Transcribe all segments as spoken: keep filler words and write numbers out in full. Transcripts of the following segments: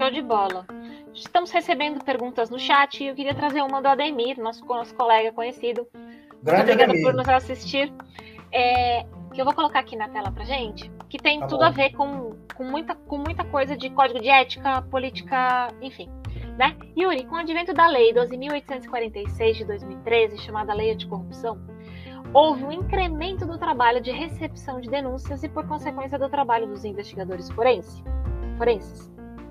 Show de bola. Estamos recebendo perguntas no chat e eu queria trazer uma do Ademir, nosso, nosso colega conhecido. Grande Muito obrigada Ademir. por nos assistir. É, que eu vou colocar aqui na tela pra gente, que tem Tá tudo bom. a ver com, com, muita, com muita coisa de código de ética, política, enfim. Né? Yuri, com o advento da Lei doze mil oitocentos e quarenta e seis de dois mil e treze, chamada Lei Anticorrupção, houve um incremento do trabalho de recepção de denúncias e, por consequência, do trabalho dos investigadores forense, forenses.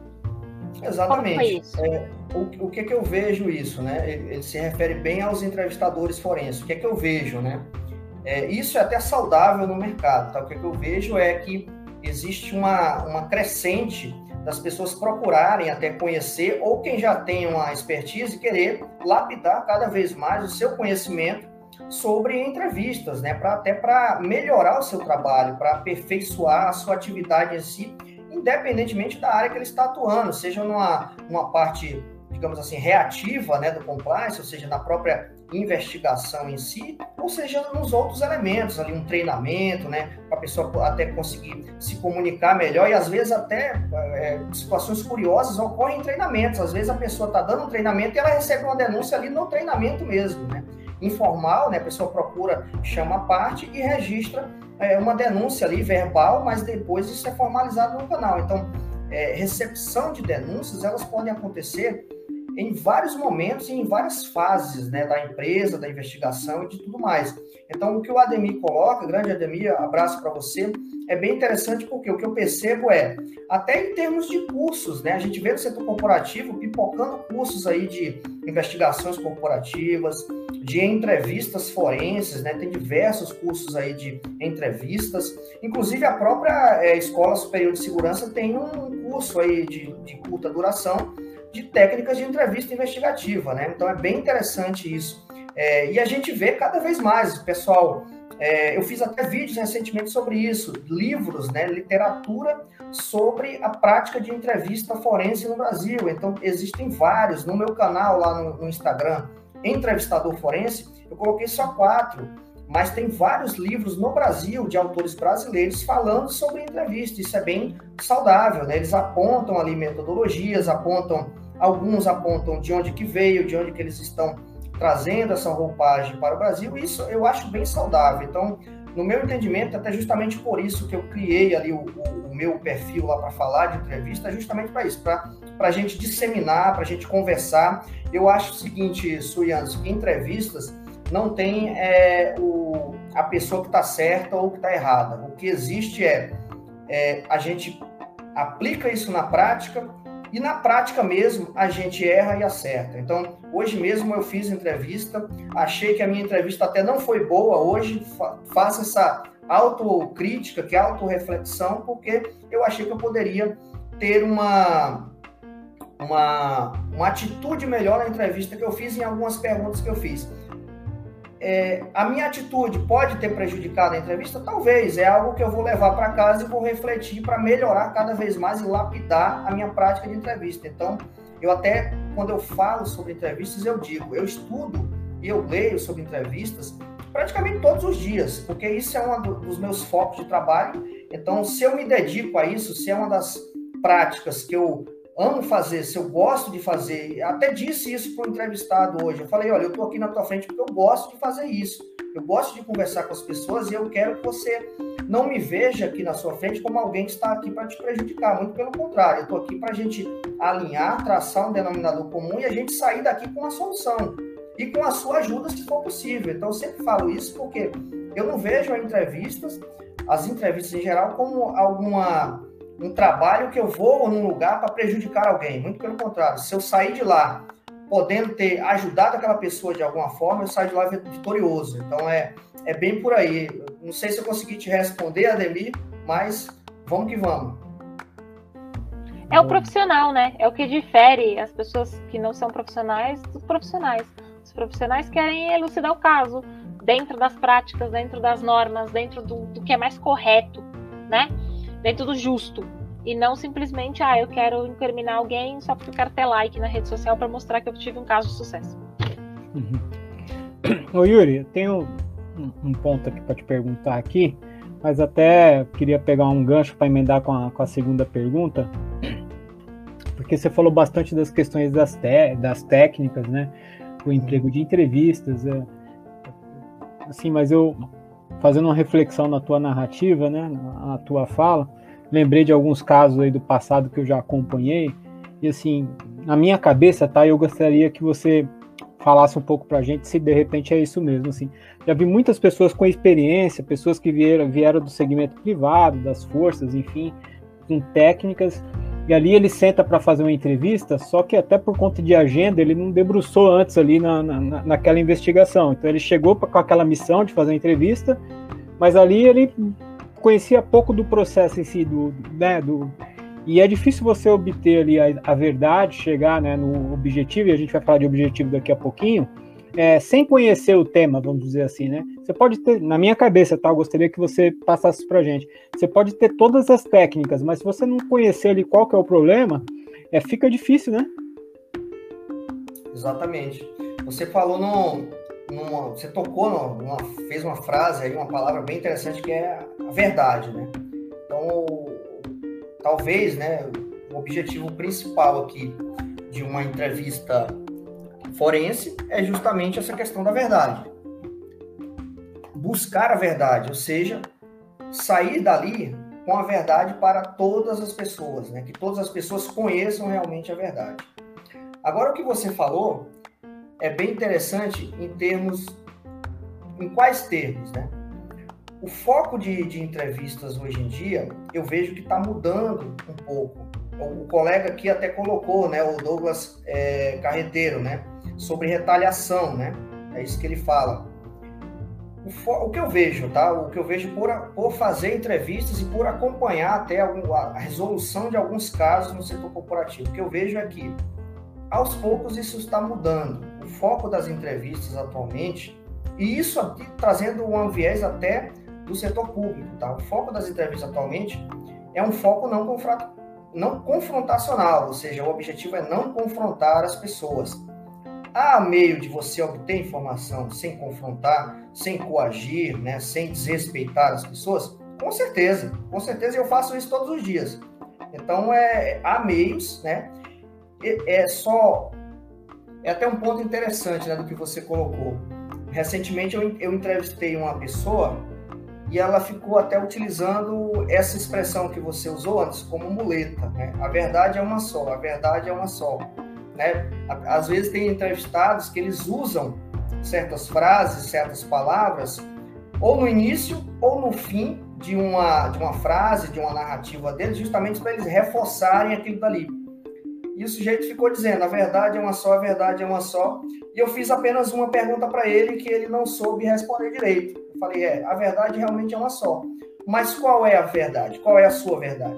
Exatamente. Como foi isso? É, o, o que é que eu vejo isso, né? Ele, ele se refere bem aos entrevistadores forenses. O que é que eu vejo, né? É, isso é até saudável no mercado, tá? O que é que eu vejo é que existe uma, uma crescente das pessoas procurarem até conhecer, ou quem já tem uma expertise, querer lapidar cada vez mais o seu conhecimento sobre entrevistas, né? Pra, até para melhorar o seu trabalho, para aperfeiçoar a sua atividade em si, independentemente da área que ele está atuando, seja numa, numa parte, digamos assim, reativa, né, do compliance, ou seja, na própria investigação em si, ou seja, nos outros elementos, ali um treinamento, né, para a pessoa até conseguir se comunicar melhor, e às vezes até é, situações curiosas ocorrem em treinamentos, às vezes a pessoa está dando um treinamento e ela recebe uma denúncia ali no treinamento mesmo, né, informal, né, a pessoa procura, chama a parte e registra é, uma denúncia ali verbal, mas depois isso é formalizado no canal. Então, é, recepção de denúncias, elas podem acontecer em vários momentos e em várias fases, né, da empresa, da investigação e de tudo mais. Então, o que o Ademir coloca, grande Ademir, abraço para você, é bem interessante porque o que eu percebo é, até em termos de cursos, né, a gente vê no setor corporativo pipocando cursos aí de investigações corporativas, de entrevistas forenses, né, tem diversos cursos aí de entrevistas, inclusive a própria é, Escola Superior de Segurança tem um curso aí de, de curta duração, de técnicas de entrevista investigativa, né? Então é bem interessante isso. É, e a gente vê cada vez mais, pessoal, é, eu fiz até vídeos recentemente sobre isso, livros, né, literatura sobre a prática de entrevista forense no Brasil. Então existem vários, no meu canal lá no, no Instagram, Entrevistador Forense, eu coloquei só quatro, mas tem vários livros no Brasil de autores brasileiros falando sobre entrevista. Isso é bem saudável, né? Eles apontam ali metodologias, apontam, alguns apontam de onde que veio, de onde que eles estão trazendo essa roupagem para o Brasil. Isso eu acho bem saudável. Então, no meu entendimento, até justamente por isso que eu criei ali o, o, o meu perfil lá para falar de entrevista, justamente para isso, para a gente disseminar, para a gente conversar. Eu acho o seguinte, Suians, que entrevistas não tem é, o, a pessoa que está certa ou que está errada. O que existe é, é a gente aplica isso na prática e na prática mesmo a gente erra e acerta. Então, hoje mesmo eu fiz entrevista, achei que a minha entrevista até não foi boa hoje, fa- faço essa autocrítica, que é autorreflexão, porque eu achei que eu poderia ter uma, uma, uma atitude melhor na entrevista que eu fiz em algumas perguntas que eu fiz. É, a minha atitude pode ter prejudicado a entrevista? Talvez, é algo que eu vou levar para casa e vou refletir para melhorar cada vez mais e lapidar a minha prática de entrevista. Então, eu até, quando eu falo sobre entrevistas, eu digo, eu estudo e eu leio sobre entrevistas praticamente todos os dias, porque isso é um dos meus focos de trabalho. Então, se eu me dedico a isso, se é uma das práticas que eu amo fazer, se eu gosto de fazer, até disse isso para o entrevistado hoje, eu falei, olha, eu estou aqui na tua frente porque eu gosto de fazer isso, eu gosto de conversar com as pessoas e eu quero que você não me veja aqui na sua frente como alguém que está aqui para te prejudicar, muito pelo contrário, eu estou aqui para a gente alinhar, traçar um denominador comum e a gente sair daqui com uma solução, e com a sua ajuda se for possível. Então eu sempre falo isso porque eu não vejo as entrevistas, as entrevistas em geral, como alguma... um trabalho que eu vou num lugar para prejudicar alguém, muito pelo contrário, se eu sair de lá podendo ter ajudado aquela pessoa de alguma forma, eu saio de lá vitorioso, então é, é bem por aí. Não sei se eu consegui te responder, Ademir, mas vamos que vamos. É o profissional, né? É o que difere as pessoas que não são profissionais dos profissionais. Os profissionais querem elucidar o caso dentro das práticas, dentro das normas, dentro do, do que é mais correto, né? Dentro do justo, e não simplesmente, ah, eu quero incriminar alguém só porque eu quero ter like na rede social para mostrar que eu tive um caso de sucesso. Uhum. Ô Yuri, eu tenho um, um ponto aqui para te perguntar aqui, mas até queria pegar um gancho para emendar com a, com a segunda pergunta, porque você falou bastante das questões das, te, das técnicas, né? O emprego de entrevistas, é, assim, mas eu, fazendo uma reflexão na tua narrativa, né? Na, na tua fala, lembrei de alguns casos aí do passado que eu já acompanhei, e assim, na minha cabeça, tá? Eu gostaria que você falasse um pouco pra gente se de repente é isso mesmo, assim. Já vi muitas pessoas com experiência, pessoas que vieram, vieram do segmento privado, das forças, enfim, com técnicas, e ali ele senta para fazer uma entrevista, só que até por conta de agenda, ele não debruçou antes ali na, na, naquela investigação. Então ele chegou pra, com aquela missão de fazer a entrevista, mas ali ele conhecia pouco do processo em si, do, né, do, e é difícil você obter ali a, a verdade, chegar, né, no objetivo, e a gente vai falar de objetivo daqui a pouquinho, é, sem conhecer o tema, vamos dizer assim, né? Você pode ter, na minha cabeça, tá? Eu gostaria que você passasse pra gente. Você pode ter todas as técnicas, mas se você não conhecer ali qual que é o problema, é, fica difícil, né? Exatamente. Você falou no, numa, você tocou numa, fez uma frase aí, uma palavra bem interessante que é a verdade, né? Então, talvez, né, o objetivo principal aqui de uma entrevista forense é justamente essa questão da verdade. Buscar a verdade, ou seja, sair dali com a verdade para todas as pessoas, né? Que todas as pessoas conheçam realmente a verdade. Agora, o que você falou é bem interessante em termos, em quais termos, né? O foco de, de entrevistas hoje em dia, eu vejo que está mudando um pouco. O, o colega aqui até colocou, né, o Douglas é, Carreteiro, né, sobre retaliação, né? É isso que ele fala. O, fo- o que eu vejo, tá? O que eu vejo por, por fazer entrevistas e por acompanhar até algum, a resolução de alguns casos no setor corporativo, o que eu vejo é que, aos poucos, isso está mudando. O foco das entrevistas atualmente, e isso aqui trazendo um viés até do setor público, tá? O foco das entrevistas atualmente é um foco não, confra- não confrontacional, ou seja, o objetivo é não confrontar as pessoas. Há meio de você obter informação sem confrontar, sem coagir, né, sem desrespeitar as pessoas? Com certeza, com certeza eu faço isso todos os dias. Então, é, há meios, né? É só... É até um ponto interessante, né, do que você colocou. Recentemente eu, eu entrevistei uma pessoa e ela ficou até utilizando essa expressão que você usou antes como muleta, né? A verdade é uma só, a verdade é uma só, né? Às vezes tem entrevistados que eles usam certas frases, certas palavras, ou no início ou no fim de uma, de uma frase, de uma narrativa deles, justamente para eles reforçarem aquilo dali. E o sujeito ficou dizendo, a verdade é uma só, a verdade é uma só. E eu fiz apenas uma pergunta para ele que ele não soube responder direito. Eu falei, é, a verdade realmente é uma só. Mas qual é a verdade? Qual é a sua verdade?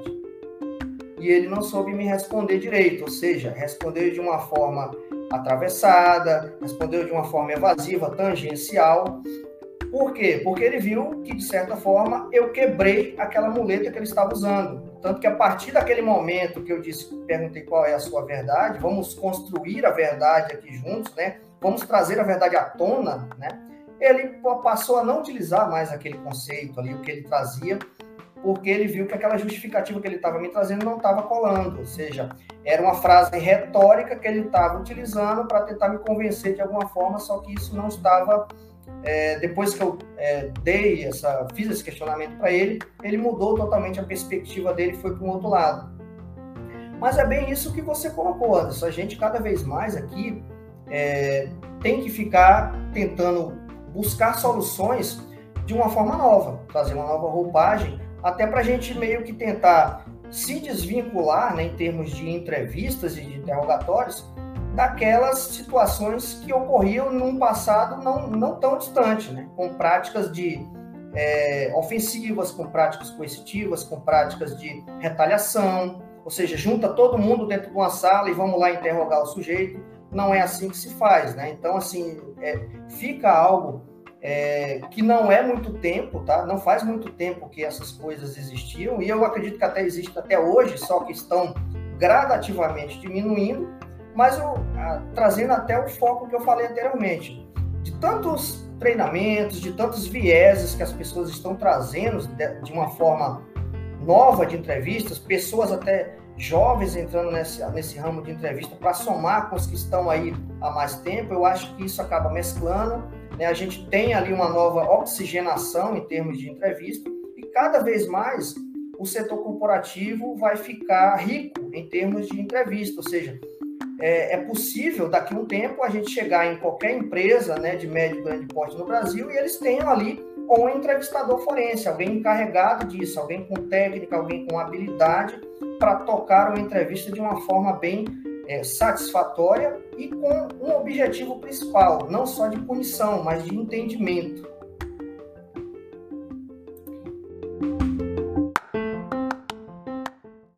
E ele não soube me responder direito, ou seja, respondeu de uma forma atravessada, respondeu de uma forma evasiva, tangencial. Por quê? Porque ele viu que, de certa forma, eu quebrei aquela muleta que ele estava usando. Tanto que, a partir daquele momento que eu disse, perguntei qual é a sua verdade, vamos construir a verdade aqui juntos, né? Vamos trazer a verdade à tona, né? Ele passou a não utilizar mais aquele conceito ali, o que ele trazia, porque ele viu que aquela justificativa que ele estava me trazendo não estava colando, ou seja, era uma frase retórica que ele estava utilizando para tentar me convencer de alguma forma, só que isso não estava... É, depois que eu é, dei essa, fiz esse questionamento para ele, ele mudou totalmente a perspectiva dele e foi para um outro lado. Mas é bem isso que você colocou, Anderson. A gente cada vez mais aqui é, tem que ficar tentando buscar soluções de uma forma nova, trazer uma nova roupagem, até para a gente meio que tentar se desvincular, né, em termos de entrevistas e de interrogatórios, daquelas situações que ocorriam num passado não, não tão distante, né? Com práticas de é, ofensivas, com práticas coercitivas, com práticas de retaliação, ou seja, junta todo mundo dentro de uma sala e vamos lá interrogar o sujeito. Não é assim que se faz, né? Então, assim, é, fica algo é, que não é muito tempo, tá? Não faz muito tempo que essas coisas existiam, e eu acredito que até existem até hoje, só que estão gradativamente diminuindo, mas eu, a, trazendo até o foco que eu falei anteriormente, de tantos treinamentos, de tantos vieses que as pessoas estão trazendo de, de uma forma nova de entrevistas, pessoas até jovens entrando nesse, nesse ramo de entrevista para somar com os que estão aí há mais tempo, eu acho que isso acaba mesclando, né? A gente tem ali uma nova oxigenação em termos de entrevista e cada vez mais o setor corporativo vai ficar rico em termos de entrevista, ou seja, é, é possível daqui a um tempo a gente chegar em qualquer empresa, né, de médio e grande porte no Brasil e eles tenham ali um entrevistador forense, alguém encarregado disso, alguém com técnica, alguém com habilidade para tocar uma entrevista de uma forma bem é, satisfatória e com um objetivo principal, não só de punição, mas de entendimento.